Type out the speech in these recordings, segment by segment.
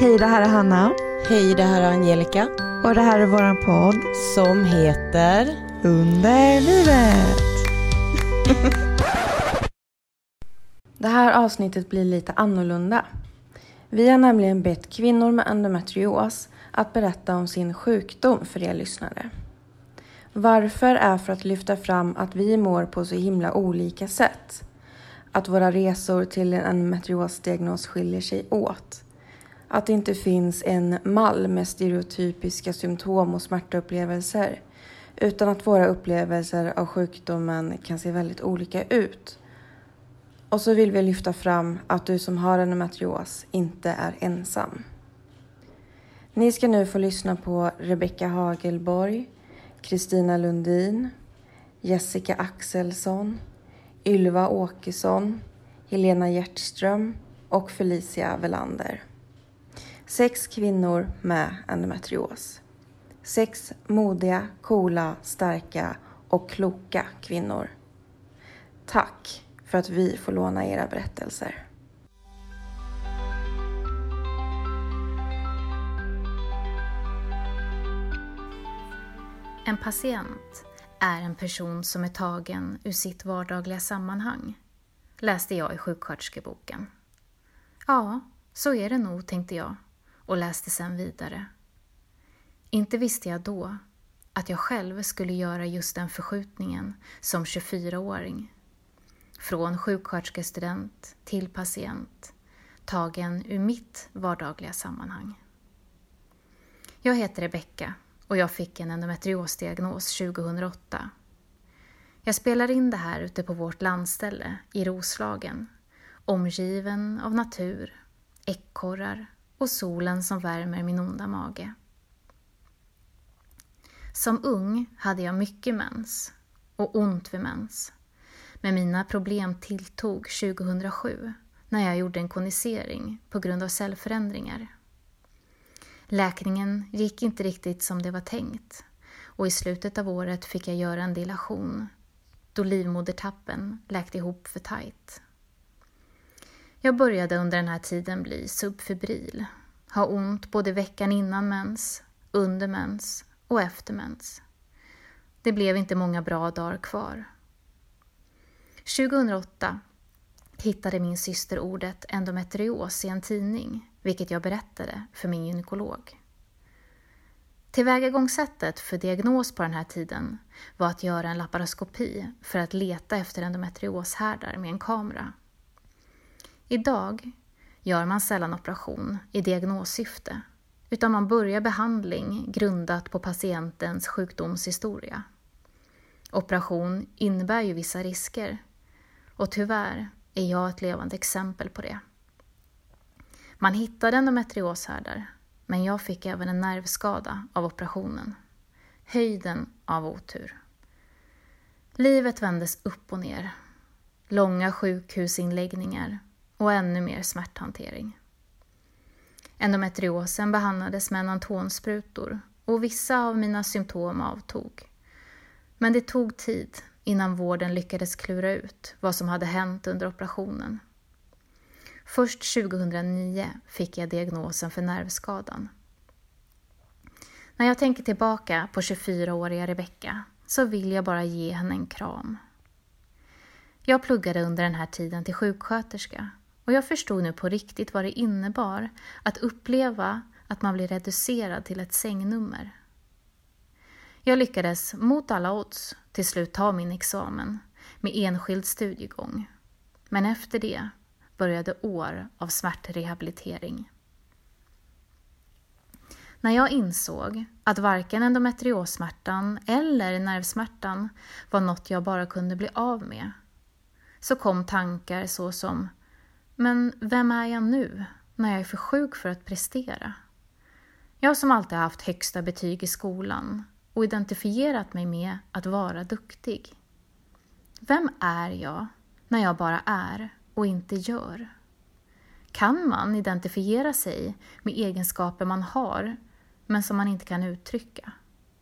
Hej, det här är Hanna. Hej, det här är Angelica. Och det här är våran podd som heter Under livet. Det här avsnittet blir lite annorlunda. Vi har nämligen bett kvinnor med endometrios att berätta om sin sjukdom för er lyssnare. Varför är för att lyfta fram att vi mår på så himla olika sätt. Att våra resor till en endometriosdiagnos skiljer sig åt. Att det inte finns en mall med stereotypiska symptom och smärtupplevelser. Utan att våra upplevelser av sjukdomen kan se väldigt olika ut. Och så vill vi lyfta fram att du som har endometrios inte är ensam. Ni ska nu få lyssna på Rebecka Hagelborg, Kristina Lundin, Jessica Axelsson, Ylva Åkesson, Helena Hjertström och Felicia Velander. 6 kvinnor med endometrios. 6 modiga, coola, starka och kloka kvinnor. Tack för att vi får låna era berättelser. En patient är en person som är tagen ur sitt vardagliga sammanhang, läste jag i sjuksköterskeboken. Ja, så är det nog, tänkte jag och läste sen vidare. Inte visste jag då att jag själv skulle göra just den förskjutningen som 24-åring. Från sjuksköterskestudent till patient, tagen ur mitt vardagliga sammanhang. Jag heter Rebecka och jag fick en endometriosdiagnos 2008. Jag spelar in det här ute på vårt landställe i Roslagen, omgiven av natur, ekorrar och solen som värmer min onda mage. Som ung hade jag mycket mens och ont vid mens. Men mina problem tilltog 2007 när jag gjorde en konisering på grund av cellförändringar. Läkningen gick inte riktigt som det var tänkt och i slutet av året fick jag göra en dilation då livmodertappen läkte ihop för tajt. Jag började under den här tiden bli subfibril, ha ont både veckan innan mens, under mens och efter mens. Det blev inte många bra dagar kvar. 2008 hittade min syster ordet endometrios i en tidning, vilket jag berättade för min gynekolog. Tillvägagångssättet för diagnos på den här tiden var att göra en laparoskopi för att leta efter endometrioshärdar med en kamera. Idag gör man sällan operation i diagnossyfte, utan man börjar behandling grundat på patientens sjukdomshistoria. Operation innebär ju vissa risker och tyvärr är jag ett levande exempel på det. Man hittade endometrioshärdar, men jag fick även en nervskada av operationen. Höjden av otur. Livet vändes upp och ner. Långa sjukhusinläggningar och ännu mer smärthantering. Endometriosen behandlades med enantonsprutor och vissa av mina symptom avtog. Men det tog tid innan vården lyckades klura ut vad som hade hänt under operationen. Först 2009 fick jag diagnosen för nervskadan. När jag tänker tillbaka på 24-åriga Rebecka så vill jag bara ge henne en kram. Jag pluggade under den här tiden till sjuksköterska och jag förstod nu på riktigt vad det innebar att uppleva att man blir reducerad till ett sängnummer. Jag lyckades mot alla odds till slut ta min examen med enskild studiegång. Men efter det började år av smärtrehabilitering. När jag insåg att varken endometriossmärtan eller nervsmärtan var något jag bara kunde bli av med, så kom tankar så som: men vem är jag nu när jag är för sjuk för att prestera? Jag som alltid har haft högsta betyg i skolan och identifierat mig med att vara duktig. Vem är jag när jag bara är och inte gör? Kan man identifiera sig med egenskaper man har men som man inte kan uttrycka?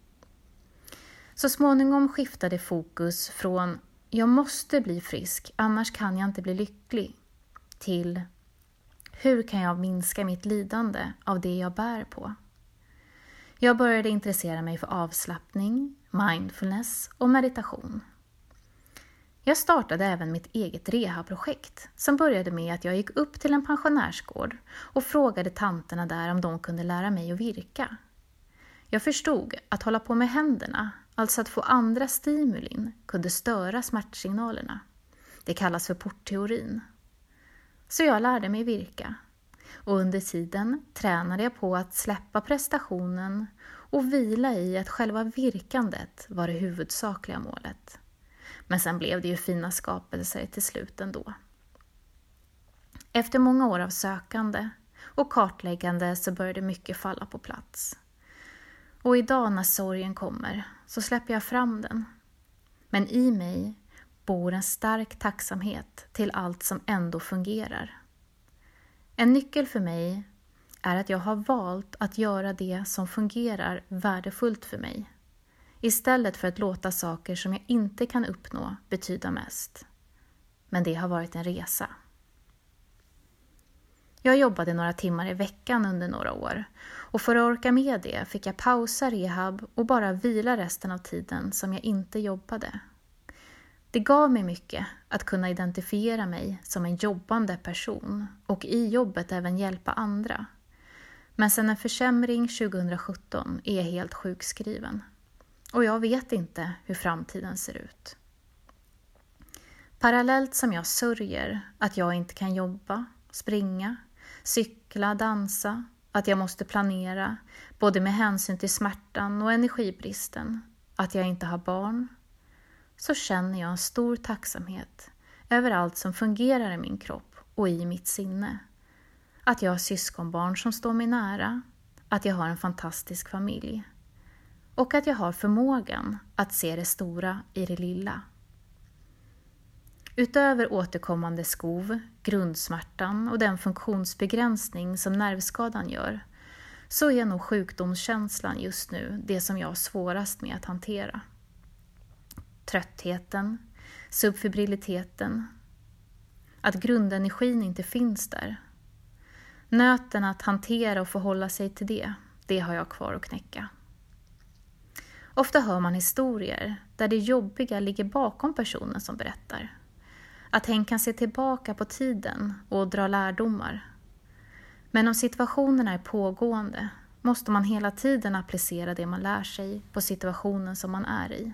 Så småningom skiftade fokus från jag måste bli frisk, annars kan jag inte bli lycklig, till Hur kan jag minska mitt lidande av det jag bär på? Jag började intressera mig för avslappning, mindfulness och meditation. Jag startade även mitt eget rehabprojekt som började med att jag gick upp till en pensionärsgård och frågade tanterna där om de kunde lära mig att virka. Jag förstod att hålla på med händerna, alltså att få andra stimulin, kunde störa smärtsignalerna. Det kallas för portteorin. Så jag lärde mig virka. Och under tiden tränade jag på att släppa prestationen och vila i att själva virkandet var det huvudsakliga målet. Men sen blev det ju fina skapelser till slut ändå. Efter många år av sökande och kartläggande så började mycket falla på plats. Och idag när sorgen kommer så släpper jag fram den. Men i mig bor en stark tacksamhet till allt som ändå fungerar. En nyckel för mig är att jag har valt att göra det som fungerar värdefullt för mig. Istället för att låta saker som jag inte kan uppnå betyda mest. Men det har varit en resa. Jag jobbade några timmar i veckan under några år. Och för att orka med det fick jag pausa rehab och bara vila resten av tiden som jag inte jobbade. Det gav mig mycket att kunna identifiera mig som en jobbande person och i jobbet även hjälpa andra. Men sen en försämring 2017 är jag helt sjukskriven. Och jag vet inte hur framtiden ser ut. Parallellt som jag sörjer att jag inte kan jobba, springa, cykla, dansa, att jag måste planera, både med hänsyn till smärtan och energibristen, att jag inte har barn, så känner jag en stor tacksamhet över allt som fungerar i min kropp och i mitt sinne. Att jag har syskonbarn som står mig nära, att jag har en fantastisk familj och att jag har förmågan att se det stora i det lilla. Utöver återkommande skov, grundsmärtan och den funktionsbegränsning som nervskadan gör, så är nog sjukdomskänslan just nu det som jag har svårast med att hantera. Tröttheten, subfibriliteten, att grundenergin inte finns där. Nöten att hantera och förhålla sig till det har jag kvar att knäcka. Ofta hör man historier där det jobbiga ligger bakom personen som berättar. Att hen kan se tillbaka på tiden och dra lärdomar. Men om situationerna är pågående måste man hela tiden applicera det man lär sig på situationen som man är i.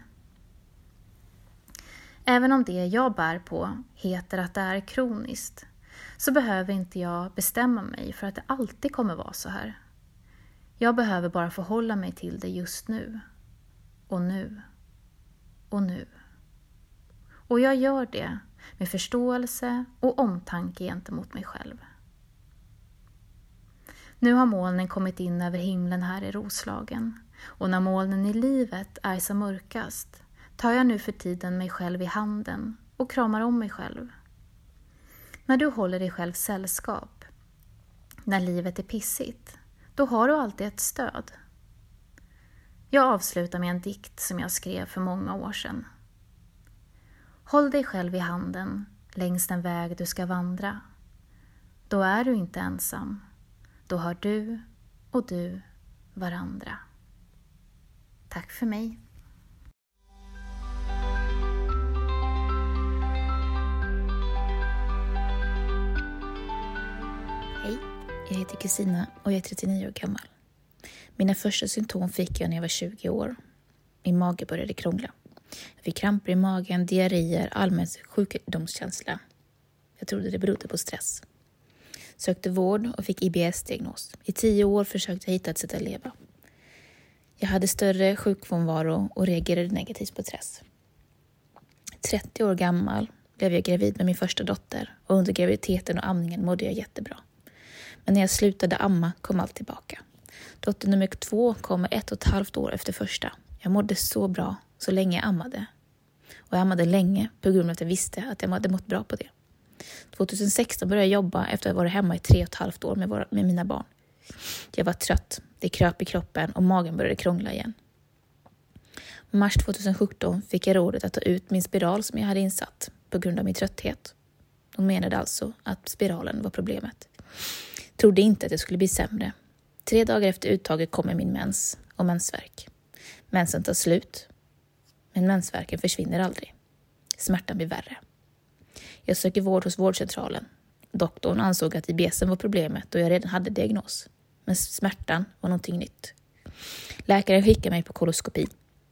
Även om det jag bär på heter att det är kroniskt, så behöver inte jag bestämma mig för att det alltid kommer vara så här. Jag behöver bara förhålla mig till det just nu. Och nu. Och nu. Och jag gör det med förståelse och omtanke gentemot mig själv. Nu har molnen kommit in över himlen här i Roslagen. Och när molnen i livet är som mörkast tar jag nu för tiden mig själv i handen och kramar om mig själv. När du håller dig själv sällskap, när livet är pissigt, då har du alltid ett stöd. Jag avslutar med en dikt som jag skrev för många år sedan. Håll dig själv i handen längs den väg du ska vandra. Då är du inte ensam. Då har du och du varandra. Tack för mig. Hej, jag heter Kristina och jag är 39 år gammal. Mina första symptom fick jag när jag var 20 år. Min mage började krångla. Jag fick kramper i magen, diarréer, allmän sjukdomskänsla. Jag trodde det berodde på stress. Sökte vård och fick IBS-diagnos. I 10 år försökte jag hitta ett sätt att leva. Jag hade större sjukfrånvaro och reagerade negativt på stress. 30 år gammal blev jag gravid med min första dotter och under graviditeten och amningen mådde jag jättebra. Men när jag slutade amma kom allt tillbaka. Dotter nummer 2 kom 1,5 år efter första. Jag mådde så bra så länge jag ammade. Och jag ammade länge på grund av att jag visste att jag hade mått bra på det. 2016 började jag jobba efter att ha varit hemma i 3,5 år med mina barn. Jag var trött, det kröp i kroppen och magen började krångla igen. Mars 2017 fick jag rådet att ta ut min spiral som jag hade insatt på grund av min trötthet. De menade alltså att spiralen var problemet. Trodde inte att det skulle bli sämre. 3 dagar efter uttaget kommer min mens och mensvärk. Mensen tar slut, men mensvärken försvinner aldrig. Smärtan blir värre. Jag söker vård hos vårdcentralen. Doktorn ansåg att IBSen var problemet och jag redan hade diagnos. Men smärtan var någonting nytt. Läkaren skickade mig på koloskopi.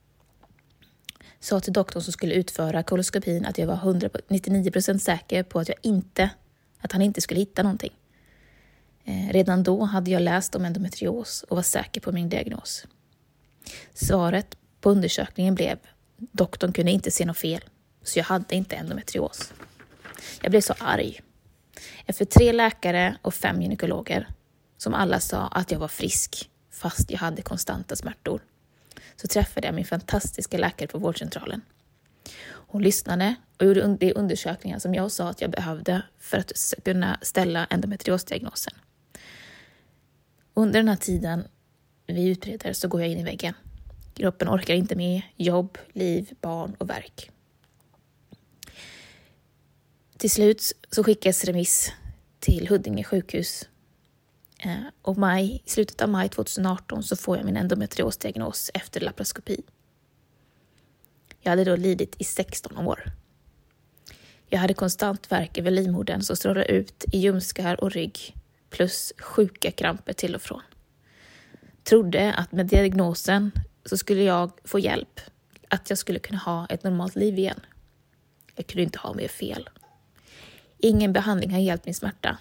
Sa till doktorn som skulle utföra koloskopin att jag var 99% säker på att han inte skulle hitta någonting. Redan då hade jag läst om endometrios och var säker på min diagnos. Svaret på undersökningen blev: doktorn kunde inte se något fel, så jag hade inte endometrios. Jag blev så arg. Efter 3 läkare och 5 gynekologer, som alla sa att jag var frisk fast jag hade konstanta smärtor, så träffade jag min fantastiska läkare på vårdcentralen. Hon lyssnade och gjorde de undersökningar som jag sa att jag behövde för att kunna ställa endometriosdiagnosen. Under den här tiden vi utreder så går jag in i väggen. Kroppen orkar inte med jobb, liv, barn och värk. Till slut så skickas remiss till Huddinge sjukhus. Och i slutet av maj 2018 så får jag min endometriosdiagnos efter laparoskopi. Jag hade då lidit i 16 år. Jag hade konstant värk över livmodern som strålade ut i ljumskar och rygg, plus sjuka kramper till och från. Trodde att med diagnosen så skulle jag få hjälp, att jag skulle kunna ha ett normalt liv igen. Jag kunde inte ha mer fel. Ingen behandling har hjälpt min smärta.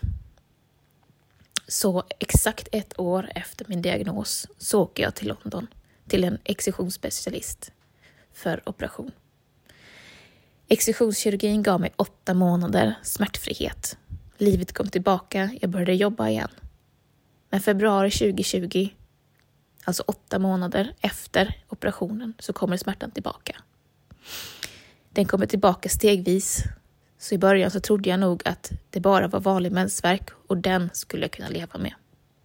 Så exakt 1 år efter min diagnos så åker jag till London till en excisionsspecialist för operation. Excisionskirurgin gav mig 8 månader smärtfrihet. Livet kom tillbaka, jag började jobba igen. Men februari 2020, alltså 8 månader efter operationen, så kommer smärtan tillbaka. Den kommer tillbaka stegvis. Så i början så trodde jag nog att det bara var vanlig mensvärk och den skulle jag kunna leva med.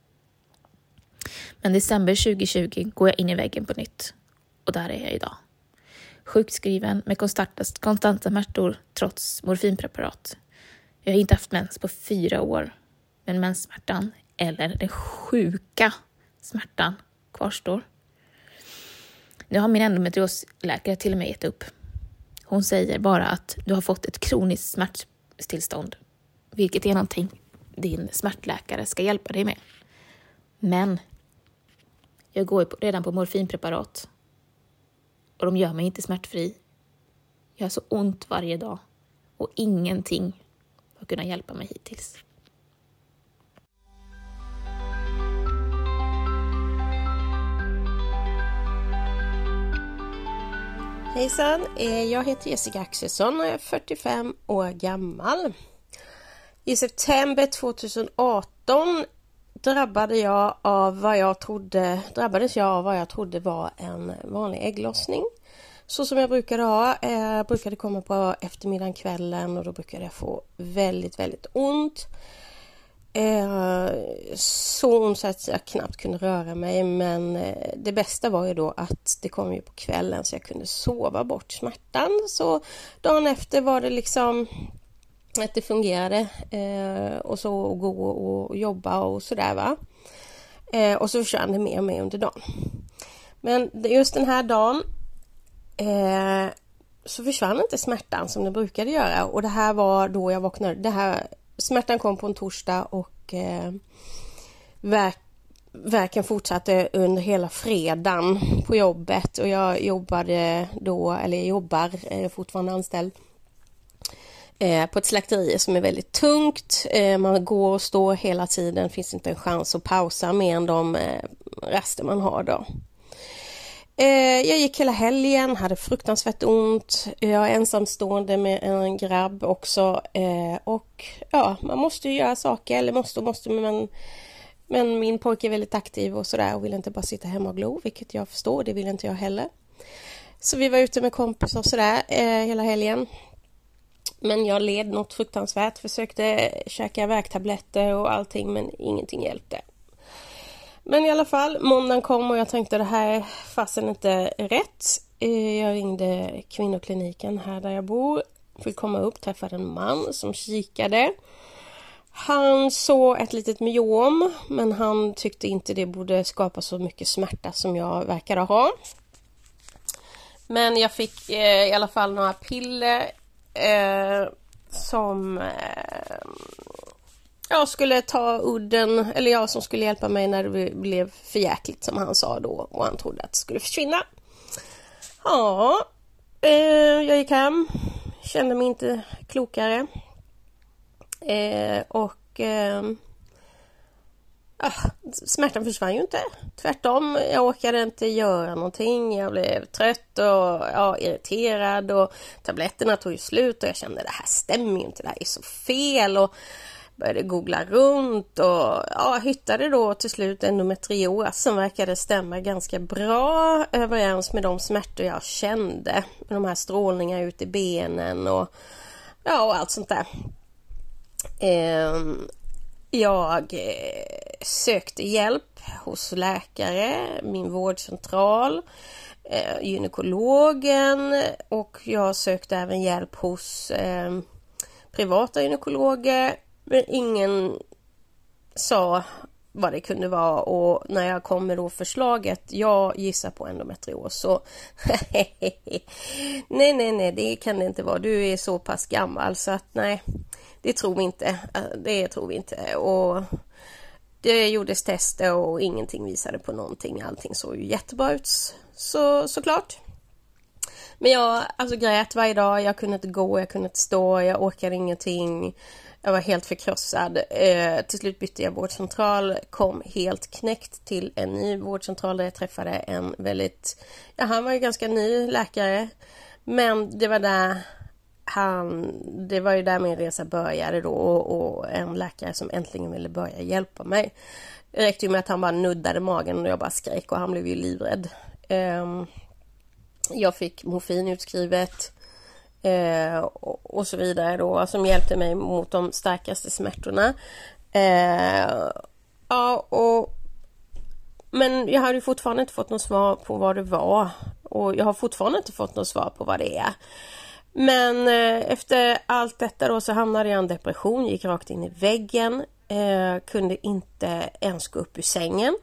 Men december 2020 går jag in i väggen på nytt. Och där är jag idag. Sjukskriven med konstanta smärtor trots morfinpreparat. Jag har inte haft mens på 4 år. Men menssmärtan, eller den sjuka smärtan, kvarstår. Nu har min endometriosläkare till och med gett upp. Hon säger bara att du har fått ett kroniskt smärttillstånd, vilket är någonting din smärtläkare ska hjälpa dig med. Men jag går redan på morfinpreparat och de gör mig inte smärtfri. Jag har så ont varje dag och ingenting har kunnat hjälpa mig hittills. Hejsan, jag heter Jessica Axelsson och jag är 45 år gammal. I september 2018 drabbades jag av vad jag trodde var en vanlig ägglossning. Så som jag brukade ha, jag brukade komma på eftermiddagen, kvällen, och då brukade jag få väldigt, väldigt ont. Så ont så att jag knappt kunde röra mig, men det bästa var ju då att det kom ju på kvällen så jag kunde sova bort smärtan. Så dagen efter var det liksom att det fungerade och så och gå och jobba och sådär, va. Och så försvann det mer och mer under dagen. Men just den här dagen så försvann inte smärtan som det brukade göra, och det här var då jag vaknade. Smärtan kom på en torsdag och värken fortsatte under hela fredagen på jobbet, och jag jobbar fortfarande anställd på ett slakteri som är väldigt tungt. Man går och står hela tiden, finns inte en chans att pausa mer än de raster man har då. Jag gick hela helgen, hade fruktansvärt ont. Jag är ensamstående med en grabb också. Och ja, man måste ju göra saker. Eller måste, men min pojke är väldigt aktiv och sådär och vill inte bara sitta hemma och glo, vilket jag förstår, det vill inte jag heller. Så vi var ute med kompisar och sådär hela helgen. Men jag led något fruktansvärt, försökte käka värktabletter och allting, men ingenting hjälpte. Men i alla fall, måndagen kom och jag tänkte det här fasen inte rätt. Jag ringde kvinnokliniken här där jag bor. Fick komma upp, träffade en man som kikade. Han såg ett litet myom, men han tyckte inte det borde skapa så mycket smärta som jag verkade ha. Men jag fick i alla fall några piller som jag skulle ta udden, eller jag som skulle hjälpa mig när det blev för jäkligt, som han sa då, och han trodde att det skulle försvinna. Ja, jag gick hem, kände mig inte klokare. Smärtan försvann ju inte. Tvärtom, jag orkade inte göra någonting. Jag blev trött och irriterad, och tabletterna tog ju slut, och jag kände det här stämmer ju inte, det här är så fel, och började googla runt och hittade då till slut endometrios som verkade stämma ganska bra överens med de smärtor jag kände, med de här strålningarna ut i benen och allt sånt där. Jag sökte hjälp hos läkare, min vårdcentral, gynekologen, och jag sökte även hjälp hos privata gynekologer, men ingen sa vad det kunde vara. Och när jag kom med då förslaget, jag gissar på endometrios, så nej, det kan det inte vara, du är så pass gammal så att nej, det tror vi inte. Och det gjordes tester och ingenting visade på någonting, allting såg ju jättebra ut, såklart. Men jag grät varje dag, jag kunde inte gå, jag kunde inte stå, jag orkade ingenting. Jag var helt förkrossad. Till slut bytte jag vårdcentral, kom helt knäckt till en ny vårdcentral där jag träffade en han var ju ganska ny läkare. Men det var ju där min resa började då, och en läkare som äntligen ville börja hjälpa mig. Det räckte ju med att han bara nuddade magen och jag bara skrek, och han blev ju livrädd. Jag fick morfin utskrivet och så vidare då, som hjälpte mig mot de starkaste smärtorna. Men jag hade ju fortfarande inte fått något svar på vad det var, och jag har fortfarande inte fått något svar på vad det är. Men efter allt detta då så hamnade jag i en depression, gick rakt in i väggen, kunde inte ens gå upp ur sängen.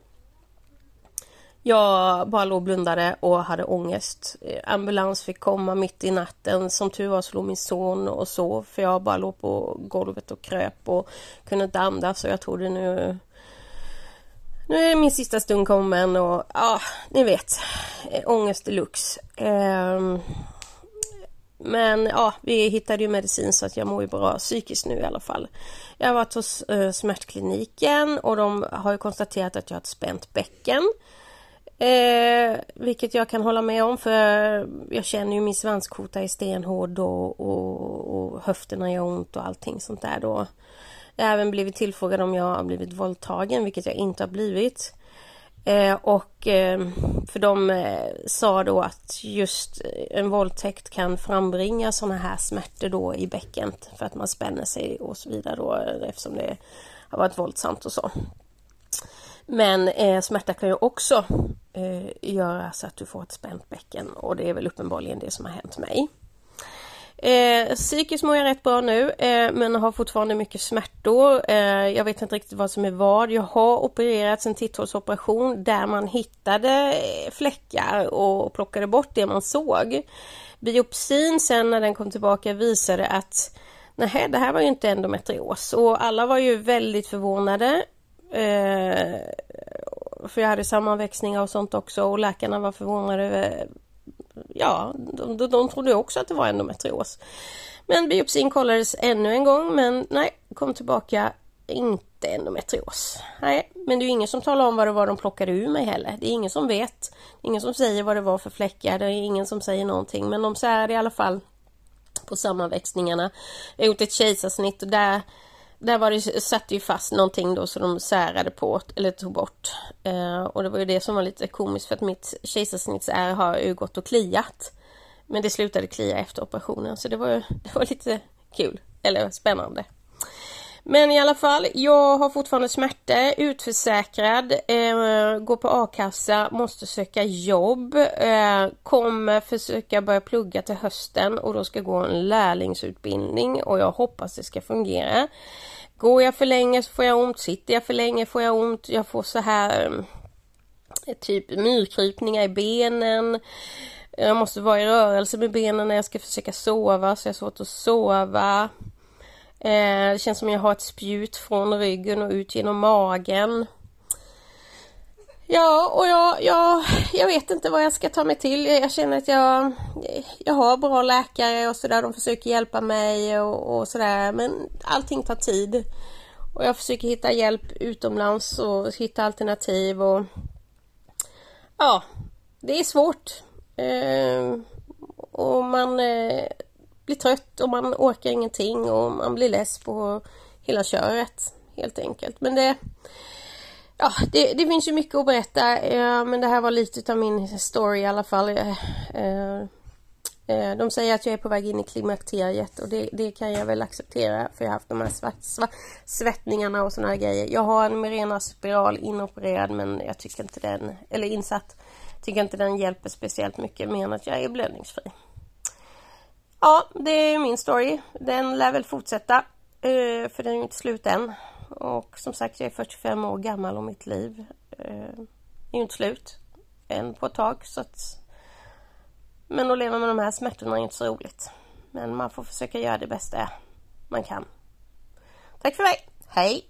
Jag bara låg och blundade och hade ångest. Ambulans fick komma mitt i natten. Som tur var slog min son och sov, för jag bara låg på golvet och kröp och kunde inte andas. Så jag trodde nu är min sista stund kommen, och ni vet, ångest deluxe. Men vi hittade ju medicin så att jag mår ju bra psykiskt nu i alla fall. Jag har varit hos smärtkliniken, och de har ju konstaterat att jag har ett spänt bäcken. Vilket jag kan hålla med om, för jag känner ju min svanskota är stenhård och höfterna gör ont och allting sånt där då. Jag har även blivit tillfrågad om jag har blivit våldtagen, vilket jag inte har blivit. För de sa då att just en våldtäkt kan frambringa såna här smärtor då i bäcken, för att man spänner sig och så vidare då, eftersom det har varit våldsamt och så. Men smärta kan ju också göra så att du får ett spänt bäcken, och det är väl uppenbarligen det som har hänt mig. Psykiskt mår jag rätt bra nu, men har fortfarande mycket smärtor. Jag vet inte riktigt vad som är vad. Jag har opererats en titthålsoperation där man hittade fläckar och plockade bort det man såg. Biopsin sen när den kom tillbaka visade att nej, det här var ju inte endometrios, och alla var ju väldigt förvånade. För jag hade sammanväxningar och sånt också, och läkarna var förvånade. De trodde också att det var endometrios. Men biopsin kollades ännu en gång, men nej, kom tillbaka inte endometrios. Nej, men det är ju ingen som talar om vad det var de plockade ur mig heller. Det är ingen som vet. Det är ingen som säger vad det var för fläckar. Det är ingen som säger någonting, men de särade i alla fall på sammanväxningarna. Jag har gjort ett kejsarsnitt, och där var det, satte ju fast någonting då, så de särade på eller tog bort. Och det var ju det som var lite komiskt, för att mitt kejsarsnittsär har ju gått och kliat. Men det slutade klia efter operationen, så det var lite kul, eller spännande. Men i alla fall, jag har fortfarande smärta, utförsäkrad, går på a-kassa, måste söka jobb, kommer försöka börja plugga till hösten och då ska gå en lärlingsutbildning och jag hoppas det ska fungera. Går jag för länge så får jag ont, sitter jag för länge får jag ont, jag får så här typ myrkrypningar i benen. Jag måste vara i rörelse med benen när jag ska försöka sova så jag har svårt att sova. Det känns som jag har ett spjut från ryggen och ut genom magen. Ja, och jag vet inte vad jag ska ta mig till. Jag känner att jag har bra läkare och sådär. De försöker hjälpa mig och sådär. Men allting tar tid. Och jag försöker hitta hjälp utomlands och hitta alternativ. Och ja, det är svårt. Och man blir trött och man orkar ingenting och man blir less på hela köret helt enkelt. Men det finns ju mycket att berätta, men det här var lite av min story i alla fall. De säger att jag är på väg in i klimakteriet och det kan jag väl acceptera för jag har haft de här svettningarna och såna här grejer. Jag har en Mirena spiral inopererad men jag tycker inte den, eller insatt, tycker inte den hjälper speciellt mycket mer än att jag är blödningsfri. Ja, det är min story. Den lär väl fortsätta för den är ju inte slut än. Och som sagt, jag är 45 år gammal och mitt liv är ju inte slut än på ett tag. Men att leva med de här smärtorna är inte så roligt. Men man får försöka göra det bästa man kan. Tack för mig. Hej!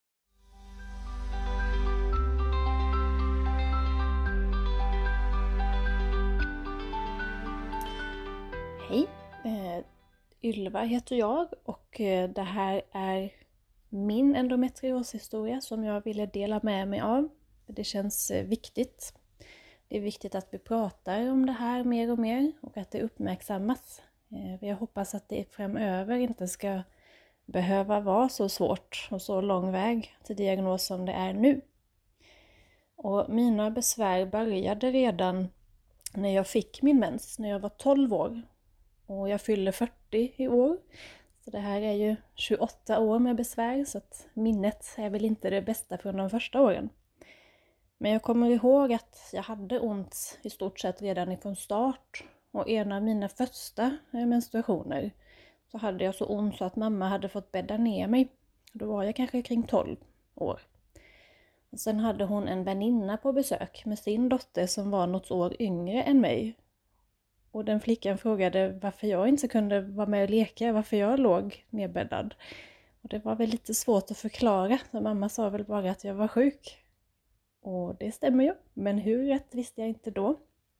Hej! Ylva heter jag och det här är min endometrioshistoria som jag ville dela med mig av. Det känns viktigt. Det är viktigt att vi pratar om det här mer och mer och att det uppmärksammas. Jag hoppas att det framöver inte ska behöva vara så svårt och så lång väg till diagnos som det är nu. Och mina besvär började redan när jag fick min mens, när jag var 12 år. Och jag fyller 40 i år. Så det här är ju 28 år med besvär så att minnet är väl inte det bästa från de första åren. Men jag kommer ihåg att jag hade ont i stort sett redan ifrån start. Och en av mina första menstruationer så hade jag så ont så att mamma hade fått bädda ner mig. Då var jag kanske kring 12 år. Och sen hade hon en väninna på besök med sin dotter som var något år yngre än mig. Och den flickan frågade varför jag inte kunde vara med och leka, varför jag låg nedbäddad. Och det var väl lite svårt att förklara, så mamma sa väl bara att jag var sjuk. Och det stämmer ju, men hur rätt visste jag inte då.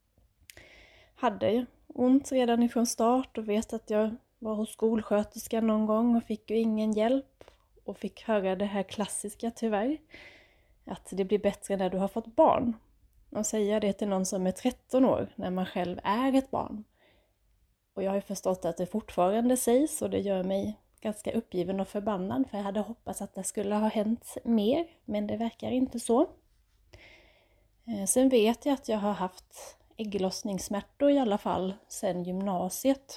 Hade ont redan ifrån start och vet att jag var hos skolsköterskan någon gång och fick ju ingen hjälp. Och fick höra det här klassiska tyvärr, att det blir bättre när du har fått barn. Och säga det till någon som är 13 år när man själv är ett barn. Och jag har ju förstått att det fortfarande sägs och det gör mig ganska uppgiven och förbannad. För jag hade hoppats att det skulle ha hänt mer, men det verkar inte så. Sen vet jag att jag har haft ägglossningssmärtor i alla fall sedan gymnasiet.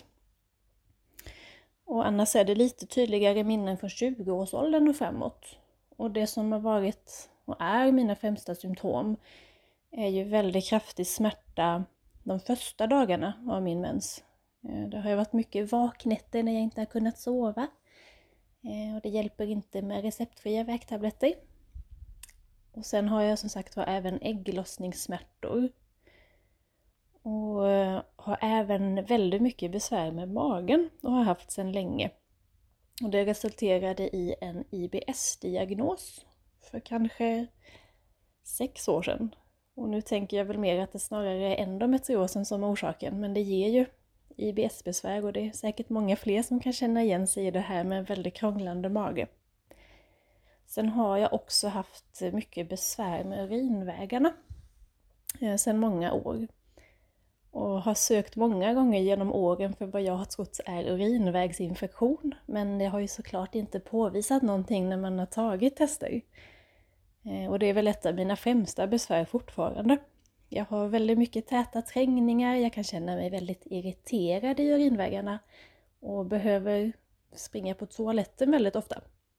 Och annars är det lite tydligare minnen från 20-årsåldern och framåt. Och det som har varit och är mina främsta symptom är ju väldigt kraftig smärta de första dagarna av min mens. Det har ju varit mycket vaknätter när jag inte har kunnat sova. Och det hjälper inte med receptfria värktabletter. Och sen har jag som sagt även ägglossningssmärtor. Och har även väldigt mycket besvär med magen och har haft sedan länge. Och det resulterade i en IBS-diagnos för kanske 6 år sedan. Och nu tänker jag väl mer att det snarare är endometriosen som är orsaken. Men det ger ju IBS-besvär och det är säkert många fler som kan känna igen sig i det här med en väldigt krånglande mage. Sen har jag också haft mycket besvär med urinvägarna sedan många år. Och har sökt många gånger genom åren för vad jag har trott är urinvägsinfektion. Men det har ju såklart inte påvisat någonting när man har tagit tester. Och det är väl ett av mina främsta besvär fortfarande. Jag har väldigt mycket täta trängningar, jag kan känna mig väldigt irriterad i urinvägarna och behöver springa på toaletten väldigt ofta.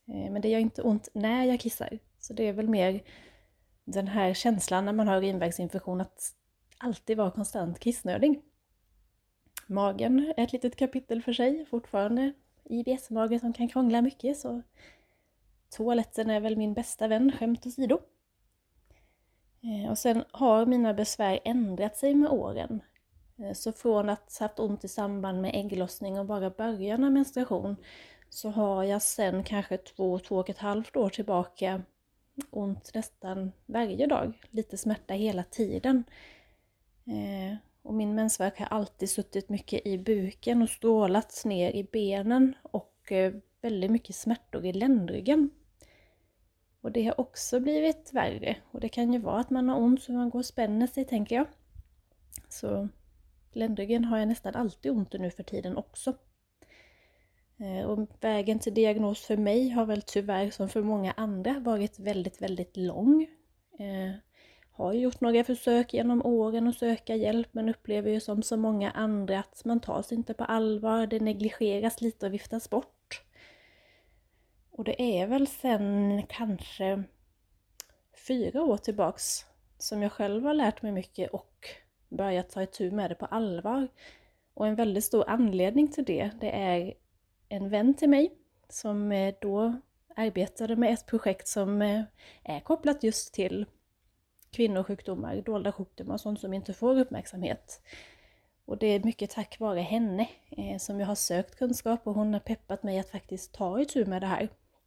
Men det gör inte ont när jag kissar. Så det är väl mer den här känslan när man har urinvägsinfektion att alltid vara konstant kissnödig. Magen är ett litet kapitel för sig. Fortfarande IBS-mage som kan krångla mycket. Så toaletten är väl min bästa vän, skämt åsido. Och sen har mina besvär ändrat sig med åren. Så från att ha haft ont i samband med ägglossning och bara början av menstruation så har jag sen kanske 2,5 år tillbaka ont nästan varje dag. Lite smärta hela tiden. Och min mensvärk har alltid suttit mycket i buken och strålat ner i benen och väldigt mycket smärtor i ländryggen. Och det har också blivit värre. Och det kan ju vara att man har ont så man går och spänner sig, tänker jag. Så ländryggen har jag nästan alltid ont nu för tiden också. Och vägen till diagnos för mig har väl tyvärr som för många andra varit väldigt, väldigt lång. Har gjort några försök genom åren att söka hjälp men upplever ju som så många andra att man tas inte på allvar, det negligeras lite och viftas bort. Och det är väl sen kanske 4 år tillbaks som jag själv har lärt mig mycket och börjat ta itu med det på allvar. Och en väldigt stor anledning till det är en vän till mig som då arbetade med ett projekt som är kopplat just till kvinnosjukdomar, dolda sjukdomar och sånt som inte får uppmärksamhet. Och det är mycket tack vare henne som jag har sökt kunskap och hon har peppat mig att faktiskt ta itu med det här.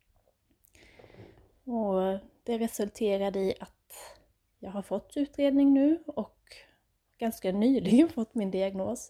Och det resulterade i att jag har fått utredning nu och ganska nyligen fått min diagnos.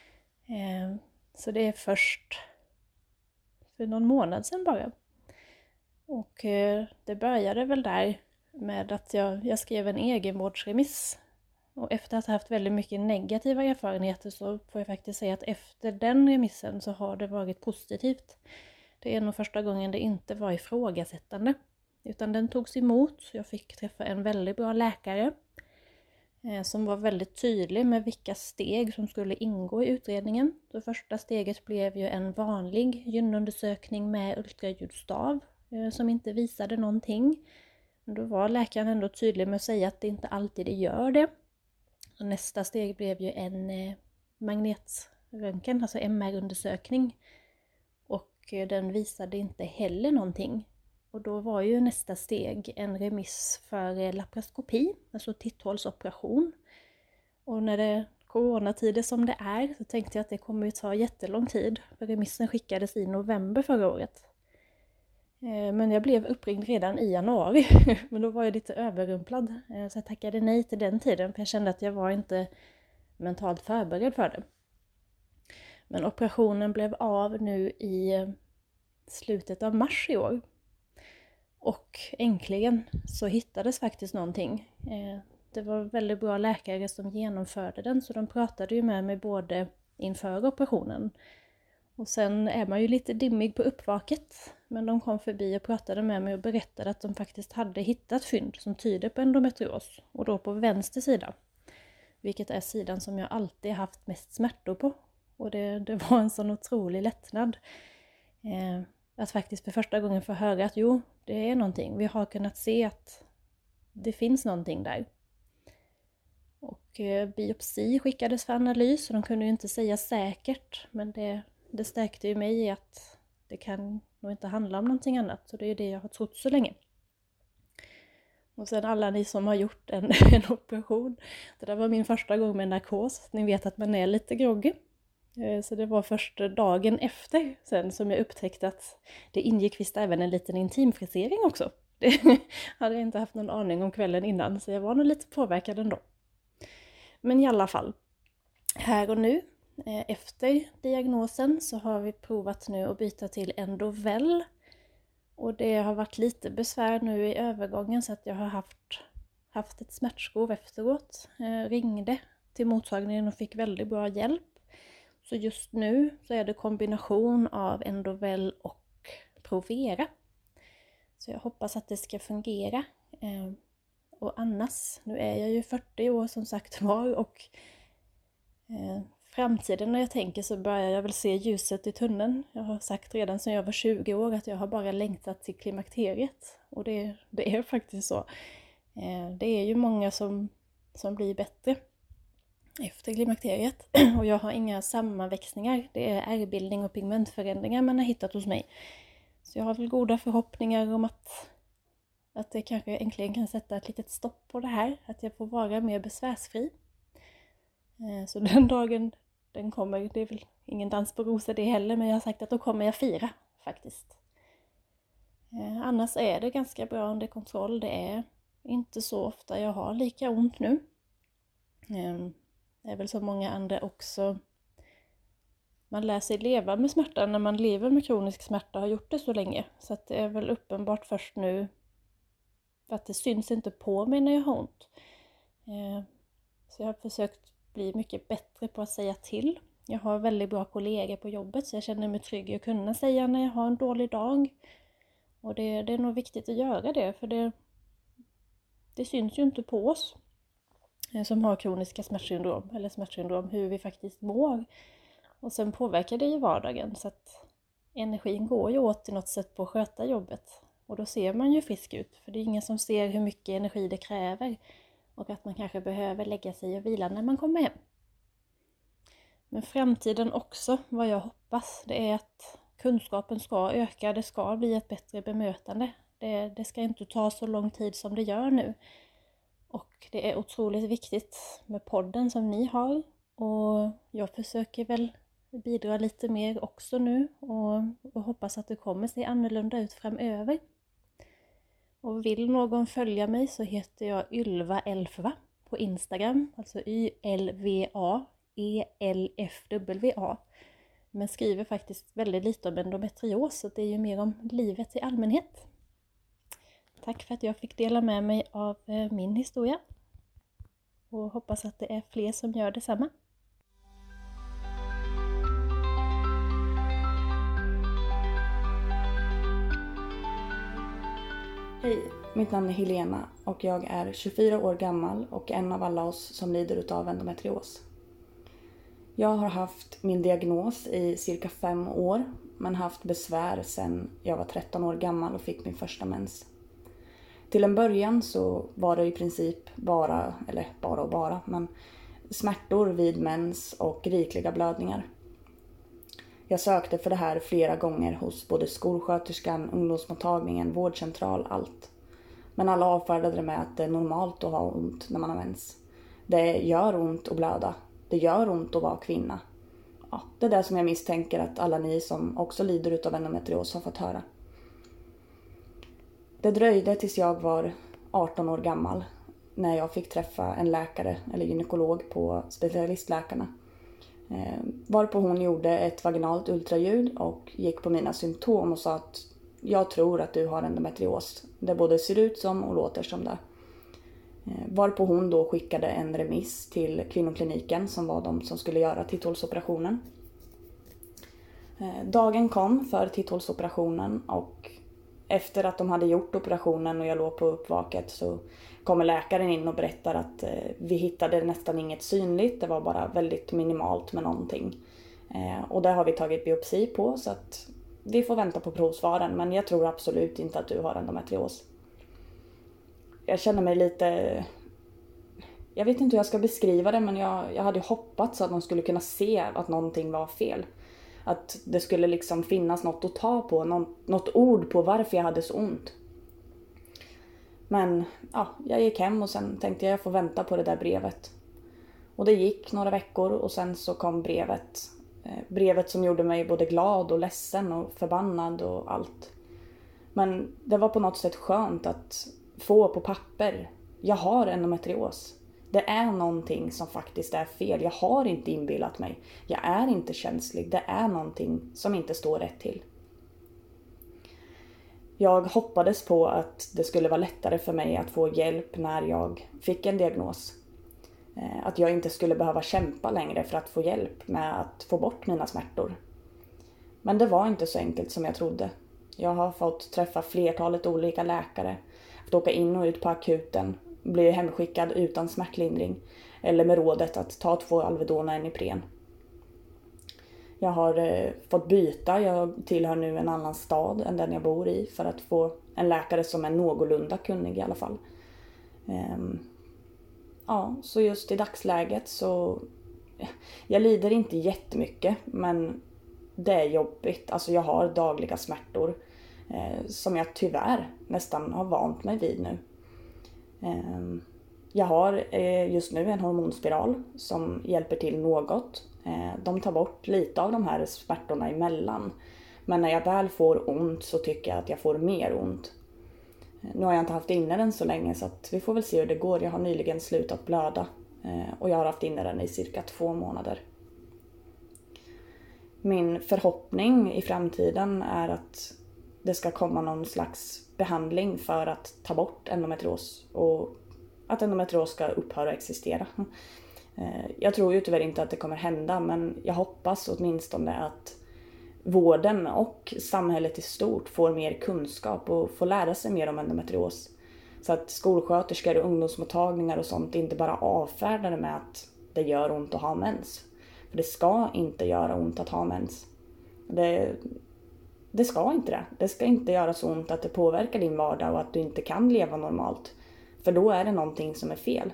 Så det är först för någon månad sedan bara. Och det började väl där med att jag skrev en egenvårdsremiss. Och efter att ha haft väldigt mycket negativa erfarenheter så får jag faktiskt säga att efter den remissen så har det varit positivt. Det är nog första gången det inte var ifrågasättande. Utan den togs emot. Jag fick träffa en väldigt bra läkare som var väldigt tydlig med vilka steg som skulle ingå i utredningen. Det första steget blev ju en vanlig gynundersökning med ultraljudsstav som inte visade någonting. Men då var läkaren ändå tydlig med att säga att det inte alltid det gör det. Och nästa steg blev ju en magnetröntgen, alltså MR-undersökning. Och den visade inte heller någonting. Och då var ju nästa steg en remiss för laparoskopi, alltså titthålsoperation. Och när det är coronatider som det är så tänkte jag att det kommer att ta jättelång tid. För remissen skickades i november förra året. Men jag blev uppringd redan i januari. Men då var jag lite överrumplad. Så jag tackade nej till den tiden för jag kände att jag var inte mentalt förberedd för det. Men operationen blev av nu i slutet av mars i år. Och äntligen så hittades faktiskt någonting. Det var väldigt bra läkare som genomförde den så de pratade ju med mig både inför operationen. Och sen är man ju lite dimmig på uppvaket. Men de kom förbi och pratade med mig och berättade att de faktiskt hade hittat fynd som tyder på endometrios. Och då på vänster sida. Vilket är sidan som jag alltid haft mest smärtor på. Och det var en sån otrolig lättnad. Att faktiskt för första gången få höra att jo, det är någonting. Vi har kunnat se att det finns någonting där. Och biopsi skickades för analys. Så de kunde ju inte säga säkert. Men det stärkte ju mig i att det kan nog inte handla om någonting annat. Så det är det jag har trott så länge. Och sen alla ni som har gjort en operation. Det där var min första gång med narkos. Ni vet att man är lite groggy. Så det var först dagen efter sen som jag upptäckte att det ingick visst även en liten intimfrisering också. Det hade jag inte haft någon aning om kvällen innan. Så jag var nog lite påverkad ändå. Men i alla fall. Här och nu. Efter diagnosen så har vi provat nu att byta till Endovel. Och det har varit lite besvär nu i övergången så att jag har haft ett smärtskov efteråt. Ringde till mottagningen och fick väldigt bra hjälp. Så just nu så är det kombination av Endovel och Provera. Så jag hoppas att det ska fungera. Och annars, nu är jag ju 40 år som sagt var och framtiden när jag tänker så börjar jag väl se ljuset i tunneln. Jag har sagt redan sedan jag var 20 år att jag har bara längtat till klimakteriet. Och det är faktiskt så. Det är ju många som blir bättre efter klimakteriet. Och jag har inga sammanväxningar. Det är ärrbildning och pigmentförändringar man har hittat hos mig. Så jag har väl goda förhoppningar om att det kanske äntligen kan sätta ett litet stopp på det här. Att jag får vara mer besvärsfri. Så den dagen den kommer, det är väl ingen dans på rosor det heller, men jag har sagt att då kommer jag fira faktiskt. Annars är det ganska bra under kontroll. Det är inte så ofta jag har lika ont nu. Det är väl så många andra också. Man lär sig leva med smärta när man lever med kronisk smärta och har gjort det så länge. Så att det är väl uppenbart först nu att det syns inte på mig när jag har ont. Så jag har försökt bli mycket bättre på att säga till. Jag har väldigt bra kollegor på jobbet så jag känner mig trygg att kunna säga när jag har en dålig dag. Och det är nog viktigt att göra det, för det syns ju inte på oss som har kroniska smärtsyndrom eller smärtsyndrom hur vi faktiskt mår. Och sen påverkar det ju vardagen, så att energin går ju åt till något sätt på att sköta jobbet. Och då ser man ju frisk ut, för det är ingen som ser hur mycket energi det kräver. Och att man kanske behöver lägga sig och vila när man kommer hem. Men framtiden också, vad jag hoppas, det är att kunskapen ska öka. Det ska bli ett bättre bemötande. Det ska inte ta så lång tid som det gör nu. Och det är otroligt viktigt med podden som ni har. Och jag försöker väl bidra lite mer också nu. Och hoppas att det kommer se annorlunda ut framöver. Och vill någon följa mig så heter jag Ylva Elfva på Instagram. Alltså YLVA-ELFWA. Men skriver faktiskt väldigt lite om endometrios, så det är ju mer om livet i allmänhet. Tack för att jag fick dela med mig av min historia. Och hoppas att det är fler som gör detsamma. Hej, mitt namn är Helena och jag är 24 år gammal och en av alla oss som lider utav endometrios. Jag har haft min diagnos i cirka 5 år, men haft besvär sedan jag var 13 år gammal och fick min första mens. Till en början så var det i princip bara, men smärtor vid mens och rikliga blödningar. Jag sökte för det här flera gånger hos både skolsköterskan, ungdomsmottagningen, vårdcentral, allt. Men alla avfärdade det med att det är normalt att ha ont när man har mens. Det gör ont att blöda. Det gör ont att vara kvinna. Ja, det är det som jag misstänker att alla ni som också lider utav endometrios har fått höra. Det dröjde tills jag var 18 år gammal när jag fick träffa en läkare eller gynekolog på specialistläkarna. Varpå hon gjorde ett vaginalt ultraljud och gick på mina symptom och sa att jag tror att du har endometrios. Det både ser ut som och låter som det. Varpå hon då skickade en remiss till kvinnokliniken som var de som skulle göra titthålsoperationen. Dagen kom för titthålsoperationen och efter att de hade gjort operationen och jag låg på uppvaket så kommer läkaren in och berättar att vi hittade nästan inget synligt. Det var bara väldigt minimalt med någonting. Och det har vi tagit biopsi på så att vi får vänta på provsvaren. Men jag tror absolut inte att du har endometrios. Jag känner mig lite... Jag vet inte hur jag ska beskriva det, men jag hade hoppats att de skulle kunna se att någonting var fel. Att det skulle liksom finnas något att ta på, något ord på varför jag hade så ont. Men ja, jag gick hem och sen tänkte jag får vänta på det där brevet. Och det gick några veckor och sen så kom brevet. Brevet som gjorde mig både glad och ledsen och förbannad och allt. Men det var på något sätt skönt att få på papper. Jag har endometrios. Det är någonting som faktiskt är fel. Jag har inte inbillat mig. Jag är inte känslig. Det är någonting som inte står rätt till. Jag hoppades på att det skulle vara lättare för mig att få hjälp när jag fick en diagnos. Att jag inte skulle behöva kämpa längre för att få hjälp med att få bort mina smärtor. Men det var inte så enkelt som jag trodde. Jag har fått träffa flertalet olika läkare. Fått åka in och ut på akuten. Bli hemskickad utan smärtlindring. Eller med rådet att ta 2 Alvedon och en Ipren. Jag har fått byta. Jag tillhör nu en annan stad än den jag bor i för att få en läkare som är någorlunda kunnig i alla fall. Ja, så just i dagsläget så... Jag lider inte jättemycket, men det är jobbigt. Alltså jag har dagliga smärtor som jag tyvärr nästan har vant mig vid nu. Jag har just nu en hormonspiral som hjälper till något. De tar bort lite av de här smärtorna emellan. Men när jag väl får ont så tycker jag att jag får mer ont. Nu har jag inte haft inne den så länge så att vi får väl se hur det går. Jag har nyligen slutat blöda och jag har haft inne den i cirka 2 månader. Min förhoppning i framtiden är att det ska komma någon slags behandling för att ta bort endometrios och att endometrios ska upphöra att existera. Jag tror ju tyvärr inte att det kommer hända, men jag hoppas åtminstone att vården och samhället i stort får mer kunskap och får lära sig mer om endometrios. Så att skolsköterskor och ungdomsmottagningar och sånt inte bara avfärdar det med att det gör ont att ha mens. För det ska inte göra ont att ha mens. Det ska inte det. Det ska inte göra så ont att det påverkar din vardag och att du inte kan leva normalt. För då är det någonting som är fel.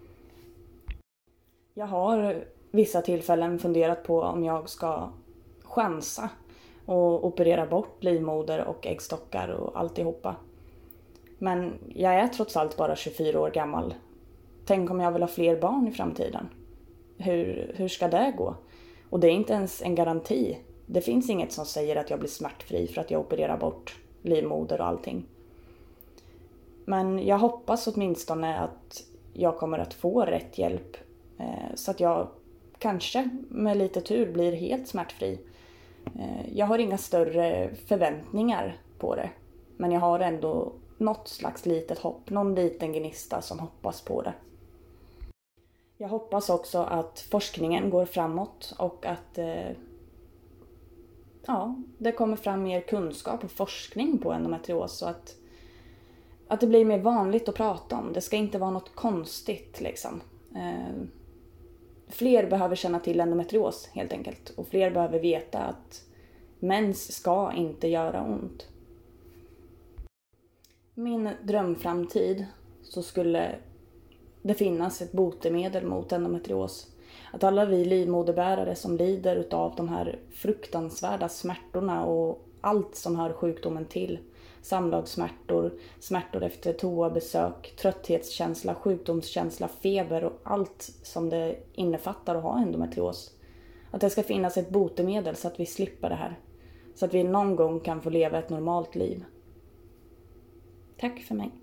Jag har vissa tillfällen funderat på om jag ska chansa och operera bort livmoder och äggstockar och alltihopa. Men jag är trots allt bara 24 år gammal. Tänk om jag vill ha fler barn i framtiden. Hur ska det gå? Och det är inte ens en garanti. Det finns inget som säger att jag blir smärtfri för att jag opererar bort livmoder och allting. Men jag hoppas åtminstone att jag kommer att få rätt hjälp. Så att jag kanske med lite tur blir helt smärtfri. Jag har inga större förväntningar på det. Men jag har ändå något slags litet hopp. Någon liten gnista som hoppas på det. Jag hoppas också att forskningen går framåt och att det kommer fram mer kunskap och forskning på endometrios. Så att det blir mer vanligt att prata om. Det ska inte vara något konstigt liksom. Fler behöver känna till endometrios helt enkelt. Och fler behöver veta att mens ska inte göra ont. Min drömframtid så skulle det finnas ett botemedel mot endometrios. Att alla vi livmoderbärare som lider utav de här fruktansvärda smärtorna och allt som hör sjukdomen till. Samlagssmärtor, smärtor efter toabesök, trötthetskänsla, sjukdomskänsla, feber och allt som det innefattar att ha endometrios. Att det ska finnas ett botemedel så att vi slipper det här. Så att vi någon gång kan få leva ett normalt liv. Tack för mig.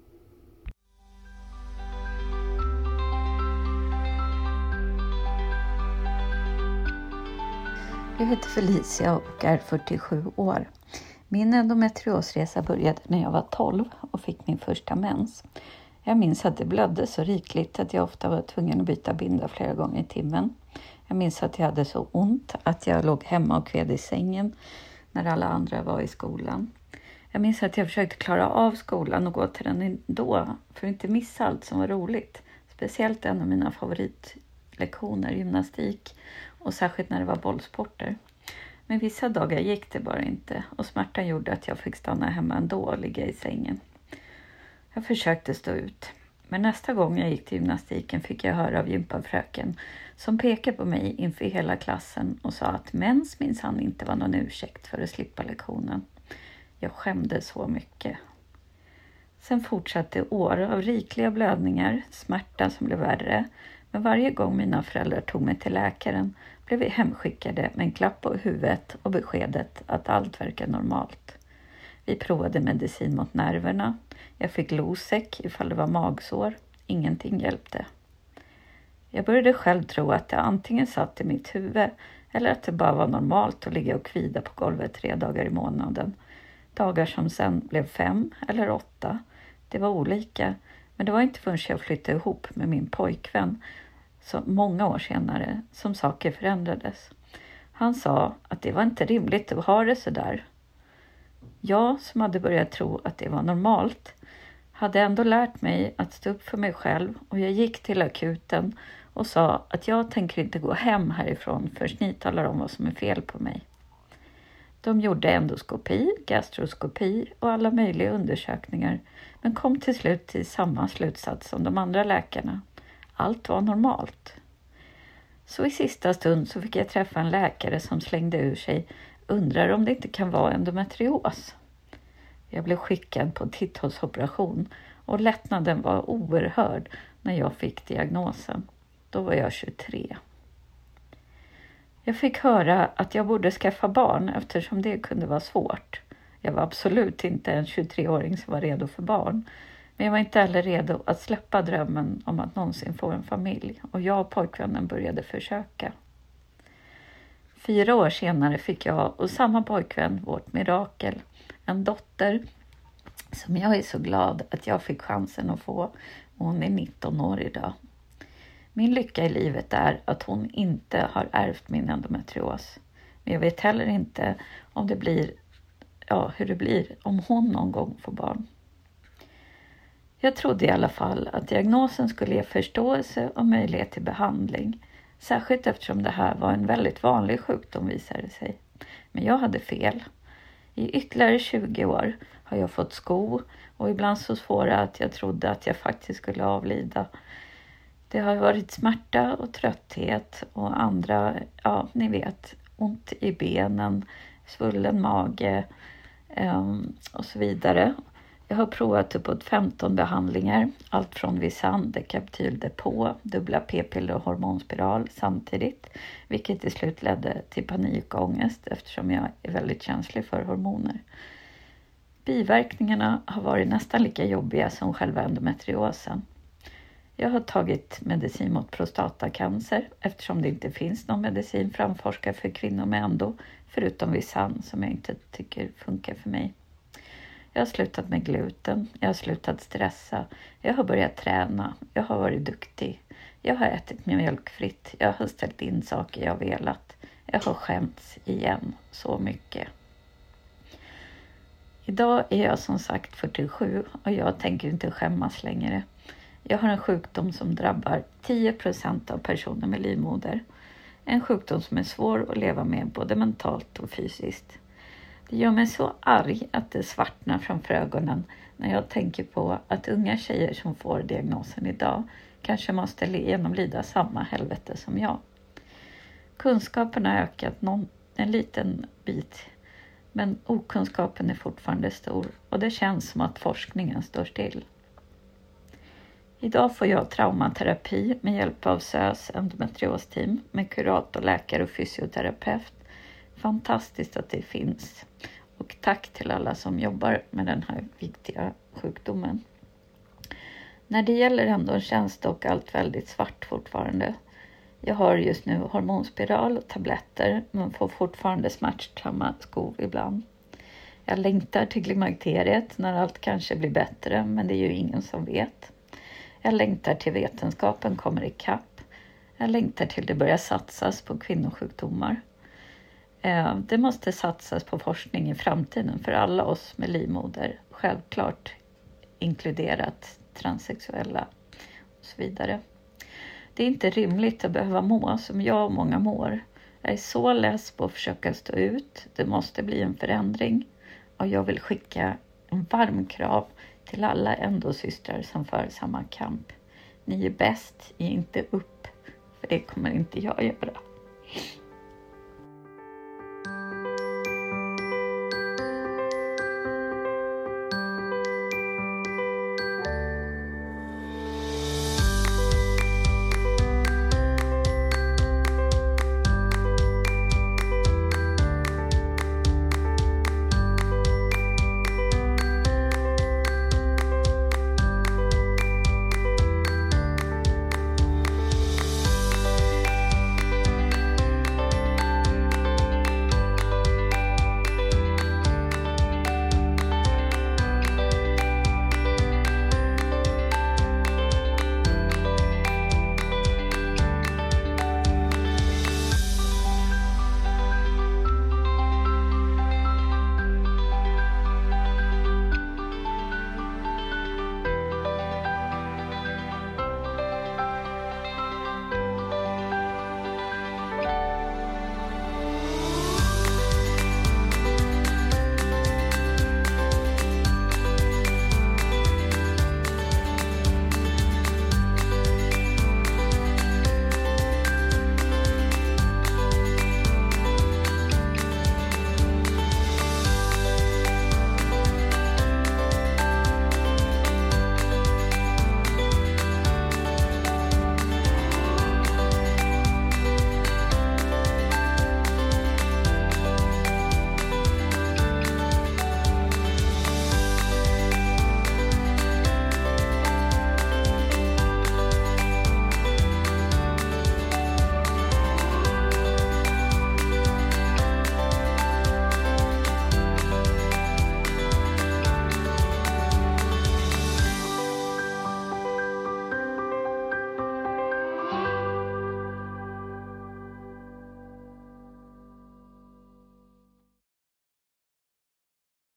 Jag heter Felicia och är 47 år. Min endometriosresa började när jag var 12 och fick min första mens. Jag minns att det blödde så rikligt att jag ofta var tvungen att byta binda flera gånger i timmen. Jag minns att jag hade så ont att jag låg hemma och kved i sängen när alla andra var i skolan. Jag minns att jag försökte klara av skolan och gå till den ändå för att inte missa allt som var roligt. Speciellt en av mina favoritlektioner, gymnastik, och särskilt när det var bollsporter. Men vissa dagar gick det bara inte och smärtan gjorde att jag fick stanna hemma ändå och ligga i sängen. Jag försökte stå ut. Men nästa gång jag gick till gymnastiken fick jag höra av gympafröken som pekade på mig inför hela klassen och sa att mens minsann inte var någon ursäkt för att slippa lektionen. Jag skämde så mycket. Sen fortsatte år av rikliga blödningar, smärta som blev värre. Men varje gång mina föräldrar tog mig till läkaren blev vi hemskickade med en klapp på huvudet och beskedet att allt verkar normalt. Vi provade medicin mot nerverna. Jag fick Losec ifall det var magsår. Ingenting hjälpte. Jag började själv tro att det antingen satt i mitt huvud eller att det bara var normalt att ligga och kvida på golvet 3 dagar i månaden. Dagar som sen blev 5 eller 8. Det var olika, men det var inte förrän jag flyttade ihop med min pojkvän så många år senare som saker förändrades. Han sa att det var inte rimligt att ha det så där. Jag som hade börjat tro att det var normalt hade ändå lärt mig att stå upp för mig själv och jag gick till akuten och sa att jag tänker inte gå hem härifrån förrän ni talar om vad som är fel på mig. De gjorde endoskopi, gastroskopi och alla möjliga undersökningar, men kom till slut till samma slutsats som de andra läkarna. Allt var normalt. Så i sista stund så fick jag träffa en läkare som slängde ur sig: undrar om det inte kan vara endometrios. Jag blev skickad på titthålsoperation och lättnaden var oerhörd när jag fick diagnosen. Då var jag 23. Jag fick höra att jag borde skaffa barn eftersom det kunde vara svårt. Jag var absolut inte en 23-åring som var redo för barn. Men jag var inte heller redo att släppa drömmen om att någonsin få en familj. Och jag och pojkvännen började försöka. 4 år senare fick jag och samma pojkvän vårt mirakel. En dotter som jag är så glad att jag fick chansen att få. Hon är 19 år idag. Min lycka i livet är att hon inte har ärvt min endometrios. Men jag vet heller inte om det blir, hur det blir om hon någon gång får barn. Jag trodde i alla fall att diagnosen skulle ge förståelse och möjlighet till behandling. Särskilt eftersom det här var en väldigt vanlig sjukdom visade sig. Men jag hade fel. I ytterligare 20 år har jag fått sko och ibland så svåra att jag trodde att jag faktiskt skulle avlida. Det har varit smärta och trötthet och andra, ni vet, ont i benen, svullen mage och så vidare. Jag har provat uppåt 15 behandlingar, allt från Visanne, Decaptyl, Depot, dubbla p-piller och hormonspiral samtidigt, vilket till slut ledde till panik och ångest eftersom jag är väldigt känslig för hormoner. Biverkningarna har varit nästan lika jobbiga som själva endometriosen. Jag har tagit medicin mot prostatacancer eftersom det inte finns någon medicin framforskad för kvinnor med endo, förutom Visanne som jag inte tycker funkar för mig. Jag har slutat med gluten, jag har slutat stressa, jag har börjat träna, jag har varit duktig. Jag har ätit mjölkfritt, jag har ställt in saker jag velat. Jag har skämts igen så mycket. Idag är jag som sagt 47 och jag tänker inte skämmas längre. Jag har en sjukdom som drabbar 10% av personer med livmoder. En sjukdom som är svår att leva med både mentalt och fysiskt. Det gör mig så arg att det svartnar framför ögonen när jag tänker på att unga tjejer som får diagnosen idag kanske måste genomlida samma helvete som jag. Kunskapen har ökat en liten bit, men okunskapen är fortfarande stor och det känns som att forskningen står still. Idag får jag traumaterapi med hjälp av SÖS endometriosteam med kurator, läkare och fysioterapeut. Fantastiskt att det finns. Och tack till alla som jobbar med den här viktiga sjukdomen. När det gäller ändå känns dock allt väldigt svart fortfarande. Jag har just nu hormonspiral och tabletter men får fortfarande smärtsamma skov ibland. Jag längtar till klimakteriet när allt kanske blir bättre, men det är ju ingen som vet. Jag längtar till vetenskapen kommer ikapp. Jag längtar till det börjar satsas på kvinnosjukdomar. Det måste satsas på forskning i framtiden för alla oss med livmoder. Självklart inkluderat transsexuella och så vidare. Det är inte rimligt att behöva må som jag och många mår. Jag är så less på att försöka stå ut. Det måste bli en förändring. Och jag vill skicka en varm krav till alla endosystrar som för samma kamp. Ni är bäst, ge inte upp. För det kommer inte jag göra.